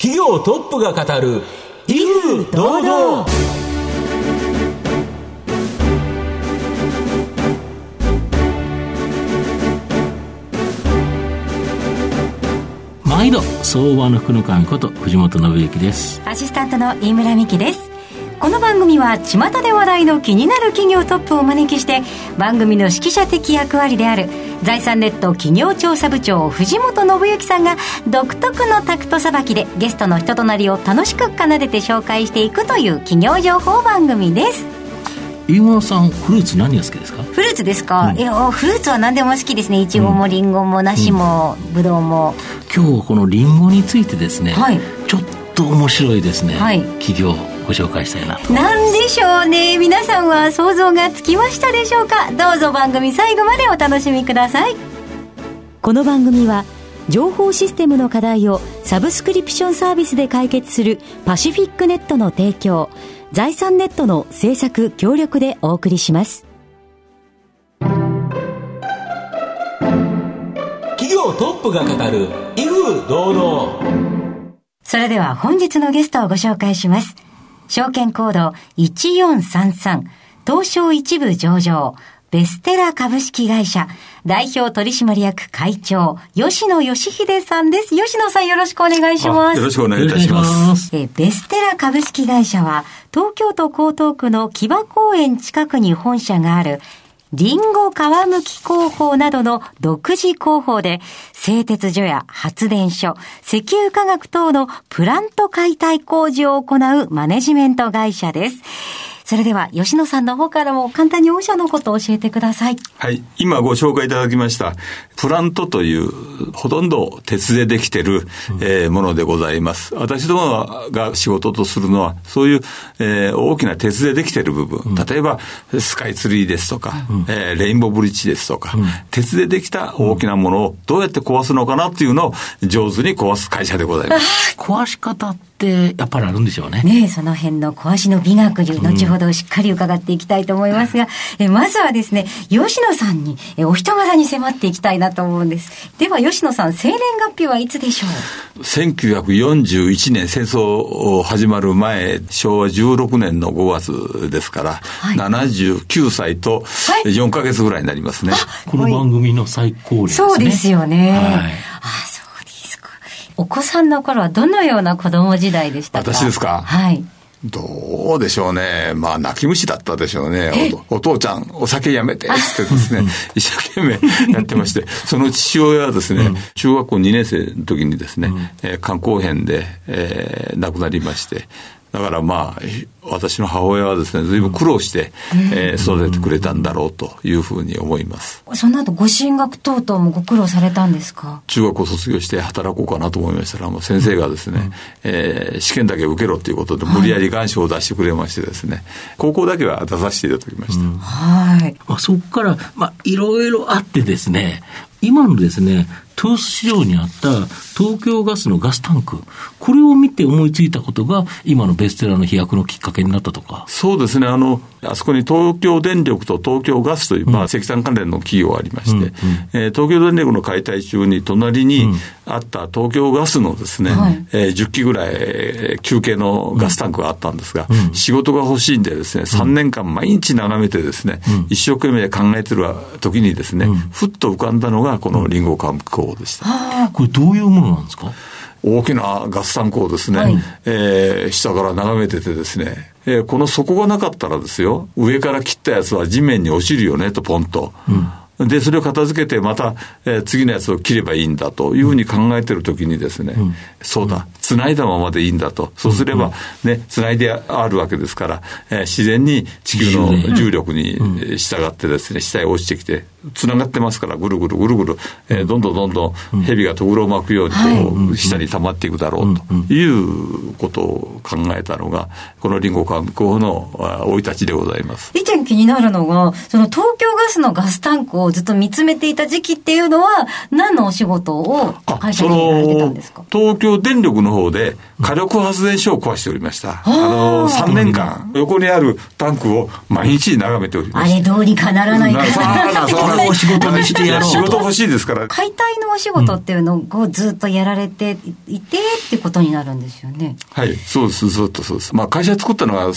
企業トップが語る威風堂々。 毎度相場の福の神こと藤本信之です。 アシスタントの飯村美希です。この番組は巷で話題の気になる企業トップをお招きして、番組の指揮者的役割である財産ネット企業調査部長藤本信之さんが独特のタクトさばきでゲストの人となりを楽しく奏でて紹介していくという企業情報番組です。 飯村さん、フルーツ何が好きですか？ フルーツですか？いや、フルーツは何でも好きですね。いちごもりんごも梨もぶどうも。 今日はこのりんごについてですね、 はい、 ちょっと面白いですね、 はい、 企業をご紹介したいなと。 何でしょうね。皆さんは想像がつきましたでしょうか？どうぞ番組最後までお楽しみください。この番組は情報システムの課題をサブスクリプションサービスで解決するパシフィックネットの提供、財産ネットの制作協力でお送りします。 企業トップが語る威風堂々。 それでは本日のゲストをご紹介します。証券コード1433、東証一部上場、ベステラ株式会社代表取締役会長吉野義秀さんです。吉野さん、よろしくお願いします。 よろしくお願いいたします。 ベステラ株式会社は東京都江東区の木場公園近くに本社があるリンゴ皮むき工法などの独自工法で製鉄所や発電所、石油化学等のプラント解体工事を行うマネジメント会社です。それでは吉野さんの方からも簡単に御社のことを教えてください。 はい、今ご紹介いただきましたプラントというほとんど鉄でできている、ものでございます。私どもが仕事とするのはそういう、大きな鉄でできている部分、例えばスカイツリーですとか、レインボーブリッジですとか、鉄でできた大きなものをどうやって壊すのかなっていうのを上手に壊す会社でございます。 壊し方ってやっぱりあるんでしょうね。 ねえ、その辺の壊しの美学に後ほどしっかり伺っていきたいと思いますが、まずはですね、吉野さんにお人柄に迫っていきたいなと思うんです。では吉野さん、生年月日はいつでしょう ？1941年、戦争始まる前、昭和16年の5月ですから、はい、79歳と4ヶ月ぐらいになりますね。 この番組の最高齢ですね。 そうですよね。 はい、 そうですか。お子さんの頃はどのような子供時代でしたか？ 私ですか？ はい。 どうでしょうね。まあ、泣き虫だったでしょうね。お父ちゃん、お酒やめてってですね、一生懸命やってまして、その父親はですね、中学校2年生の時にですね、肝硬変で、亡くなりまして、だからまあ、私の母親はですね、随分苦労して、育ててくれたんだろうというふうに思います。 その後ご進学等々もご苦労されたんですか？ 中学を卒業して働こうかなと思いましたら、もう先生がですね、試験だけ受けろということで無理やり願書を出してくれましてですね、高校だけは出させていただきました。 はい。 そこから、いろいろあってですね、今のですね、豊洲市場にあった東京ガスのガスタンク、これを見て思いついたことが今のベステラの飛躍のきっかけになったとか。 そうですね。あそこに東京電力と東京ガスという、石炭関連の企業がありまして、東京電力の解体中に隣にあった東京ガスのですね、10基ぐらい休憩のガスタンクがあったんですが、仕事が欲しいんでですね、3年間毎日眺めてですね、一生懸命考えてる時にですね、ふっと浮かんだのがこのリンゴ皮むき工法でした。 これどういうものなんですか？ 大きなガスタンクをですね、下から眺めててですね、この底がなかったらですよ、上から切ったやつは地面に落ちるよねと、ポンと。で、それを片付けてまた、次のやつを切ればいいんだというふうに考えてるときにですね、そうだ、繋いだままでいいんだと。そうすればね、繋いであるわけですから、自然に地球の重力に従ってですね、下へ落ちてきて、繋がってますから、ぐるぐるぐるぐる、どんどん蛇がとぐろを巻くようにこう、下に溜まっていくだろうということを考えたのが、このリンゴ皮むき工法の生い立ちでございます。 一点気になるのが、その東京ガスのガスタンクをずっと見つめていた時期っていうのは、何のお仕事を会社にやられてたんですか？ 東京電力の方で火力発電所を壊しておりました。3年間横にあるタンクを毎日眺めておりました。 あれどうにかならないかな。 それを仕事にしてやろう。 仕事欲しいですから。 解体のお仕事っていうのをずっとやられていてっていうことになるんですよね。 はい、そうです、ずっとそうです。まあ会社作ったのは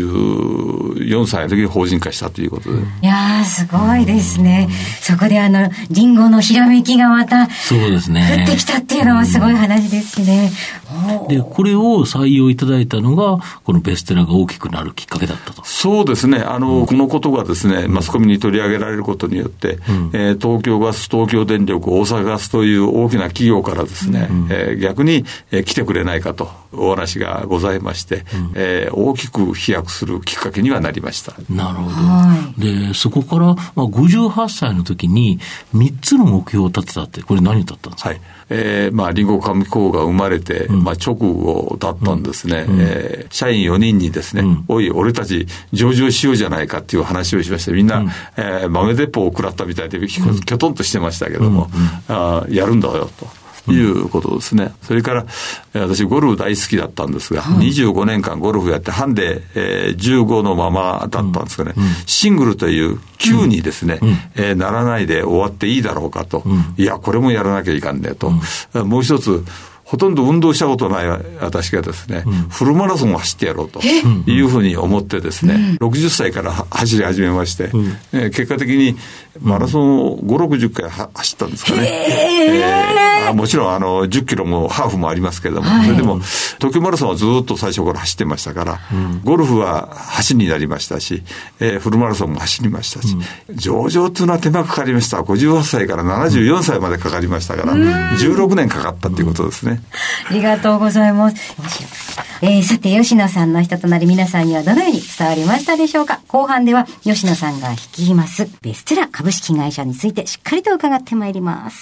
34歳の時に法人化したということで。 いやーすごいですね。そこでリンゴのひらめきがまたそうですね。 降ってきたっていうのはすごい話ですね。 でこれを採用いただいたのがこのベステラが大きくなるきっかけだったと。 そうですね。このことがですね、マスコミに取り上げられることによって、東京ガス、東京電力、大阪ガスという大きな企業からですね、逆に、来てくれないかとお話がございまして、大きく飛躍するきっかけにはなりました。 なるほど。でそこから、58歳の時に3つの目標を立てたって、これ何だったんですか？はい。 リンゴ紙工が生まれて、直後だったんですね。社員4人にですね、おい、俺たち上場しようじゃないかっていう話をしまして、みんな、豆鉄砲を食らったみたいで、きょとんとしてましたけども、やるんだよと。いうことですね。それから私ゴルフ大好きだったんですが、25年間ゴルフやってハンデ15のままだったんですかね、シングルという9にですね、ならないで終わっていいだろうかと、いやこれもやらなきゃいかんねと、もう一つほとんど運動したことない私がですね、フルマラソンを走ってやろうというふうに思ってですね、60歳から走り始めまして、結果的にマラソンを5、60回走ったんですかね。もちろん10キロもハーフもありますけれども、それでも東京マラソンはずっと最初から走ってましたから、ゴルフは走りになりましたし、フルマラソンも走りましたし、上場というのは手間かかりました。58歳から74歳までかかりましたから、16年かかったということですね。 ありがとうございます。さて吉野さんの人となり、皆さんにはどのように伝わりましたでしょうか。後半では吉野さんが率いますベステラ株式会社についてしっかりと伺ってまいります。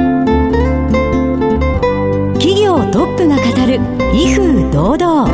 企業トップが語る威風堂々。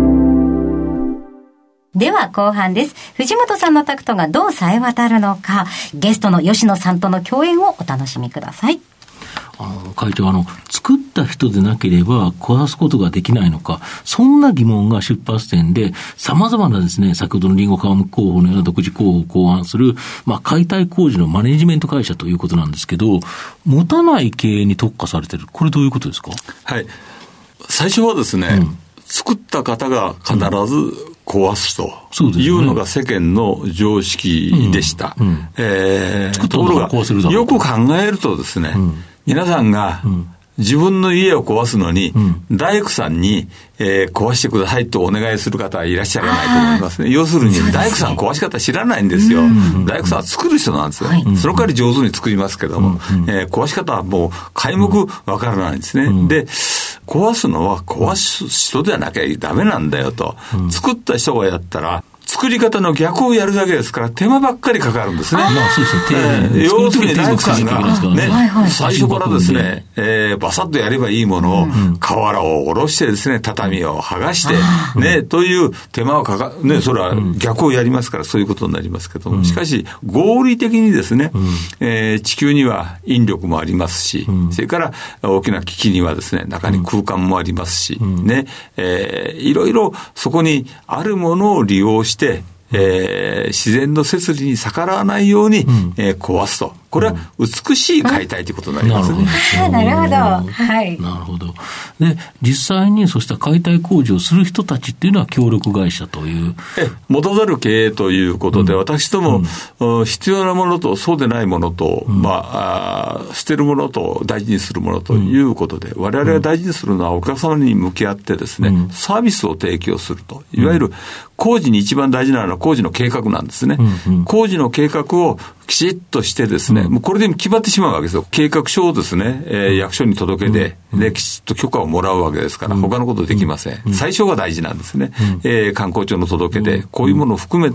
では後半です。藤本さんのタクトがどう冴え渡るのか、ゲストの吉野さんとの共演をお楽しみください。 会長、作った人でなければ壊すことができないのか、そんな疑問が出発点で、様々なですね、先ほどのリンゴ皮むき工法のような独自工法を考案する、解体工事のマネジメント会社ということなんですけど、持たない経営に特化されてる。これどういうことですか？ はい。最初はですね、作った方が必ず壊すというのが世間の常識でした。ところが、よく考えるとですね、皆さんが自分の家を壊すのに、大工さんに、壊してくださいとお願いする方はいらっしゃらないと思いますね。要するに大工さん壊し方知らないんですよ。大工さんは作る人なんですよ。その代わり上手に作りますけども、壊し方はもう皆目わからないんですね。で、壊すのは壊す人ではなきゃダメなんだよと。作った人がやったら、作り方の逆をやるだけですから手間ばっかりかかるんですね。 そうですね。 要するに大工さんがね、最初からですね、バサッとやればいいものを、瓦を下ろしてですね、畳を剥がして、ね、という手間をね、それは逆をやりますからそういうことになりますけども、しかし合理的にですね、地球には引力もありますし、それから大きな機器にはですね、中に空間もありますし、ね、いろいろそこにあるものを利用して自然の摂理に逆らわないように、壊すと。これは美しい解体ということになりますね。 なるほど。はい。 なるほど。で、実際にそうした解体工事をする人たちっていうのは協力会社という。 持たざる経営ということで、私ども、必要なものとそうでないものと、捨てるものと大事にするものということで、我々が大事にするのはお客様に向き合ってですね、サービスを提供すると。いわゆる工事に一番大事なのは工事の計画なんですね。工事の計画をきちっとしてですね、もうこれで決まってしまうわけですよ。計画書をですね、役所に届けて、きちっと許可をもらうわけですから、他のことできません。最初が大事なんですね。観光庁の届けで、こういうものを含めた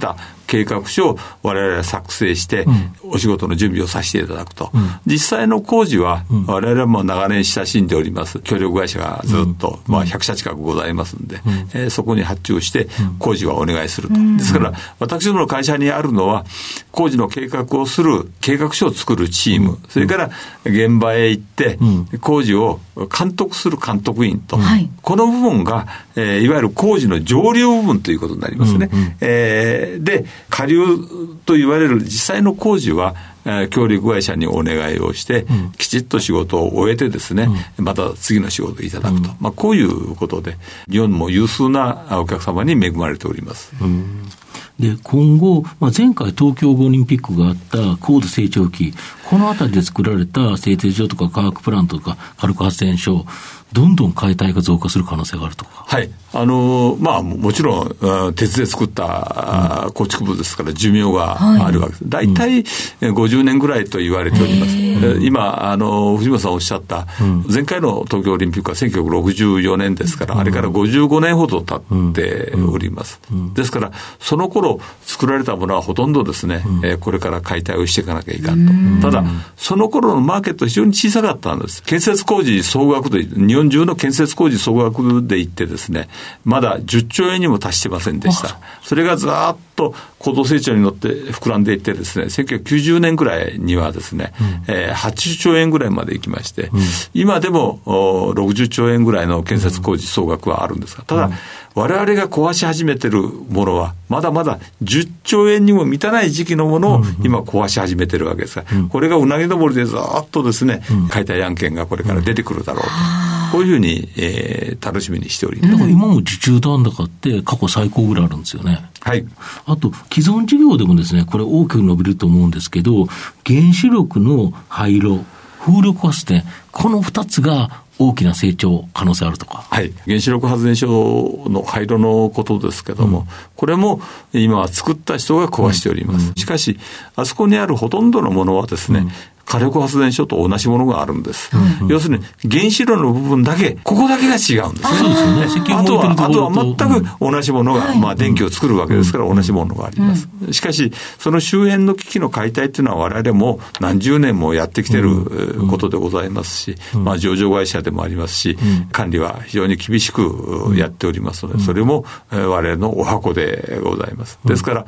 計画書を我々は作成して、お仕事の準備をさせていただくと。実際の工事は、我々はもう長年親しんでおります。協力会社がずっと、100社近くございますんで、そこに発注して工事はお願いすると。ですから、私どもの会社にあるのは、工事の計画をする、計画書を作るチーム、それから現場へ行って、工事を監督する監督員と、この部分が、いわゆる工事の上流部分ということになりますね。で、下流と言われる実際の工事は、協力会社にお願いをして、きちっと仕事を終えてですね、また次の仕事をいただくと。こういうことで、日本も有数なお客様に恵まれております。 で今後、前回東京オリンピックがあった高度成長期、このあたりで作られた製鉄所とか化学プラントとか火力発電所、どんどん解体が増加する可能性があるとか。 はい。もちろん、鉄で作った構築物ですから寿命があるわけです。だいたい50年ぐらいと言われております。今、藤本さんおっしゃった、前回の東京オリンピックは1964年ですから、あれから55年ほど経っております。ですから、その頃作られたものはほとんどですね、これから解体をしていかなきゃいかんと。ただ、その頃のマーケットは非常に小さかったんです。建設工事総額で、日本中の建設工事総額で言ってですね、まだ10兆円にも達してませんでした。それがずーっと高度成長に乗って膨らんでいってですね、1990年ぐらいにはですね、80兆円ぐらいまで行きまして、今でも60兆円ぐらいの建設工事総額はあるんですが、ただ、我々が壊し始めてるものは、まだまだ10兆円にも満たない時期のものを今壊し始めてるわけですが、これがうなぎ登りでずっとですね、解体案件がこれから出てくるだろうと。こういうふうに、楽しみにしております。 だから今も受注残高って過去最高ぐらいあるんですよね。 はい。 あと、既存事業でもですね、これ大きく伸びると思うんですけど、原子力の廃炉、風力発電、この2つが大きな成長可能性あるとか。 はい。原子力発電所の廃炉のことですけども、これも今は作った人が壊しております。しかし、あそこにあるほとんどのものはですね、火力発電所と同じものがあるんです。要するに原子炉の部分だけ、ここだけが違うんですね。 そうですよね。 あとは全く同じものが、電気を作るわけですから同じものがあります。しかし、その周辺の機器の解体っていうのは我々も何十年もやってきてることでございますし、上場会社でもありますし、管理は非常に厳しくやっておりますので、それも我々のお箱でございます。ですから、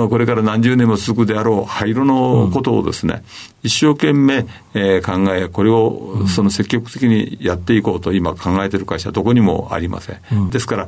これから何十年も続くであろう廃炉のことをですね、一生懸命、考え、これを積極的にやっていこうと今考えている会社はどこにもありません。ですから、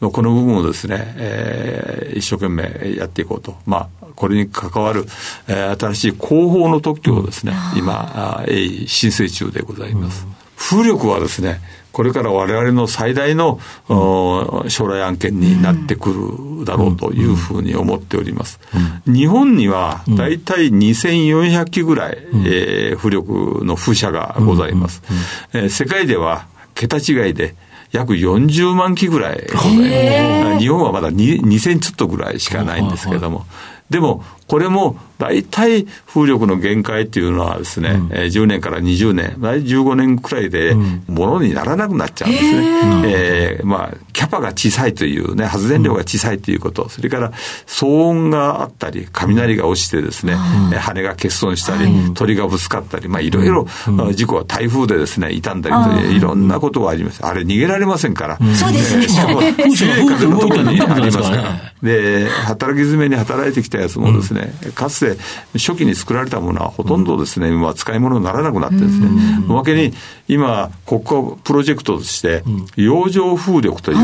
この部分をですね、一生懸命やっていこうと。これに関わる、新しい広報の特許をですね、今、申請中でございます。風力はですね、これから我々の最大の将来案件になってくるだろうというふうに思っております。日本にはだいたい2400機ぐらい、風力の風車がございます。世界では桁違いで約40万機ぐらいございます。日本はまだ2000ちょっとぐらいしかないんですけれども、でもこれも大体風力の限界っていうのはですね、10年から20年、15年くらいでものにならなくなっちゃうんですね。キャパが小さいというね、発電量が小さいということ、それから騒音があったり、雷が落ちてですね、羽が欠損したり、鳥がぶつかったり、いろいろ事故は台風でですね、傷んだりといろんなことがあります。あれ逃げられませんから。 そうですね。 しかも強い風のところにありますから。で、働き詰めに働いてきたやつもですね、かつて初期に作られたものはほとんどですね、今使い物にならなくなってるんですね。おまけに今国家プロジェクトとして洋上風力という、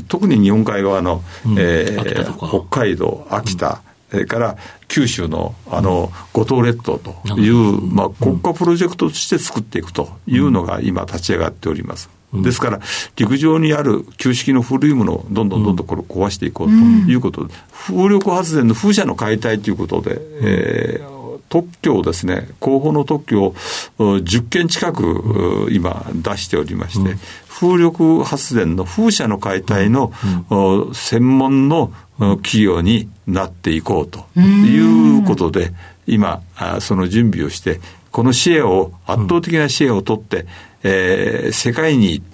特に日本海側の、北海道、秋田、それから九州の五島列島という、国家プロジェクトとして作っていくというのが今立ち上がっております。ですから陸上にある旧式の古いものをどんどんこれを壊していこうということで、風力発電の風車の解体ということで、特許をですね、広報の特許を10件近く今出しておりまして、風力発電の風車の解体の専門の企業になっていこうということで、今その準備をして、このシェアを圧倒的なシェアを取って、世界に行って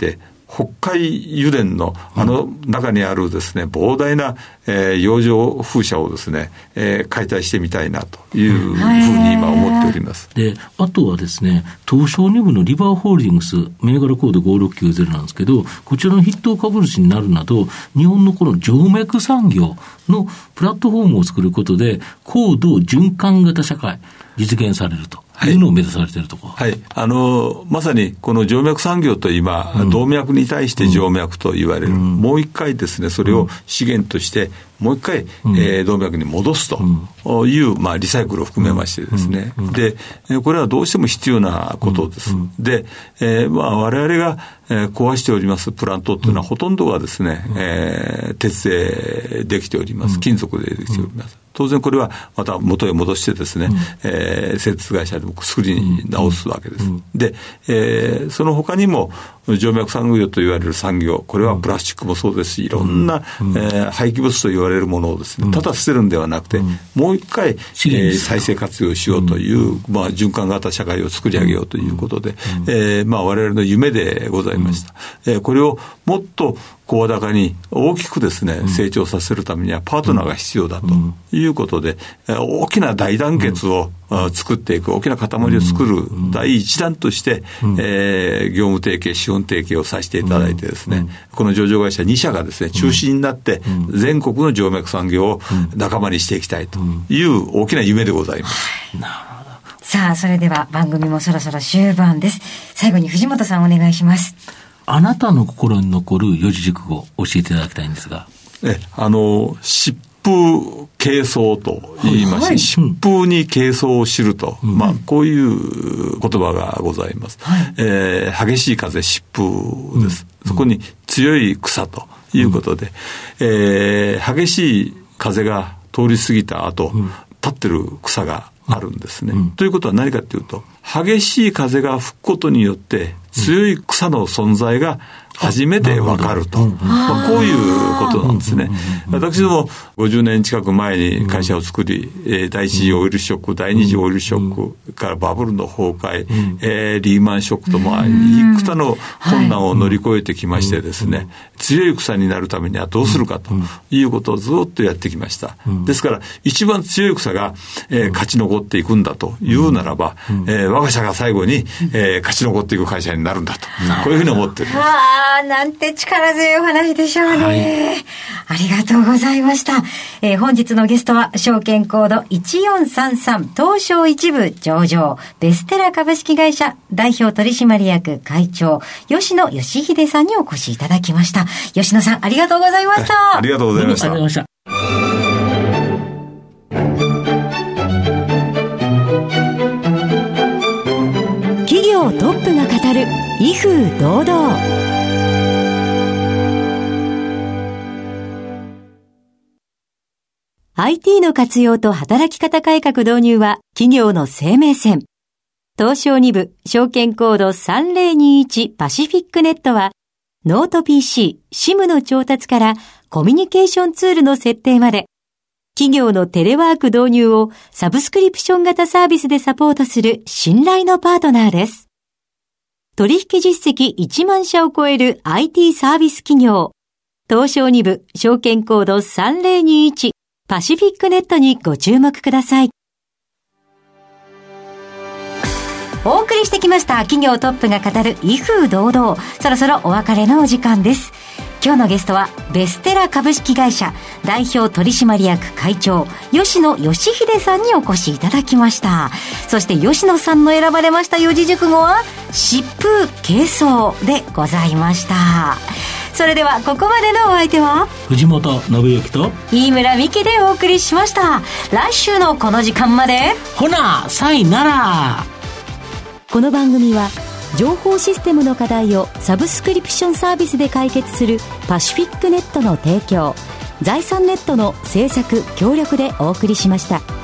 北海油田の中にあるですね、膨大な、洋上風車をですね、解体してみたいなというふうに今思っております。 で、あとはですね、東証2部のリバーホールディングス、銘柄コード5690なんですけど、こちらの筆頭株主になるなど、日本のこの静脈産業のプラットフォームを作ることで、高度循環型社会、実現されるというのを目指されているところ。 はい。まさにこの静脈産業と今、動脈に対して静脈と言われる。もう一回ですね、それを資源として、もう一回、動脈に戻すという、リサイクルを含めましてですね。で、これはどうしても必要なことです。で、我々が壊しておりますプラントというのはほとんどがですね、鉄でできております。金属でできております。当然これはまた元へ戻してですね、製鉄会社でも作りに直すわけです。で、その他にも静脈産業と言われる産業、これはプラスチックもそうですし、いろんな、廃棄物と言われるものをですね、ただ捨てるんではなくて、もう一回、再生活用しようという、循環型社会を作り上げようということで、我々の夢でございました。これをもっと声高に大きくですね、成長させるためにはパートナーが必要だということで、大きな大団結を作っていく、大きな塊を作る第一弾として、業務提携、資本提携をさせていただいてですね、この上場会社2社がですね、中心になって全国の静脈産業を仲間にしていきたいという大きな夢でございます。 さあ、それでは番組もそろそろ終盤です。最後に藤本さんお願いします。 あなたの心に残る四字熟語を教えていただきたいんですが。 疾風景相と言いまして、疾風に景相を知ると、こういう言葉がございます。激しい風、疾風です。そこに強い草ということで、激しい風が通り過ぎた後、立ってる草があるんですね。ということは何かというと、激しい風が吹くことによって強い草の存在が初めてわかると。こういうことなんですね。私ども50年近く前に会社を作り、第一次オイルショック、第二次オイルショックからバブルの崩壊、リーマンショックといくつかの困難を乗り越えてきましてですね、強い草になるためにはどうするかということをずっとやってきました。ですから一番強い草が、勝ち残っていくんだというならば、我が社が最後に、勝ち残っていく会社になるんだと、こういうふうに思っております。 なんて力強いお話でしょうね。ありがとうございました。本日のゲストは証券コード1433東証一部上場ベステラ株式会社代表取締役会長吉野義秀さんにお越しいただきました。吉野さんありがとうございました。 ありがとうございました。 ありがとうございました。 企業トップが語る威風堂々。IT の活用と働き方改革導入は企業の生命線。東証2部証券コード3021パシフィックネットはノート PC、SIM の調達からコミュニケーションツールの設定まで企業のテレワーク導入をサブスクリプション型サービスでサポートする信頼のパートナーです。取引実績1万社を超える IT サービス企業東証2部証券コード3021パシフィックネットにご注目ください。お送りしてきました企業トップが語る威風堂々。そろそろお別れのお時間です。今日のゲストはベステラ株式会社代表取締役会長吉野義秀さんにお越しいただきました。そして吉野さんの選ばれました四字熟語は疾風景相でございました。それではここまでのお相手は藤本信之と飯村美希でお送りしました。来週のこの時間までほなさいなら。 この番組は情報システムの課題をサブスクリプションサービスで解決するパシフィックネットの提供、財産ネットの制作協力でお送りしました。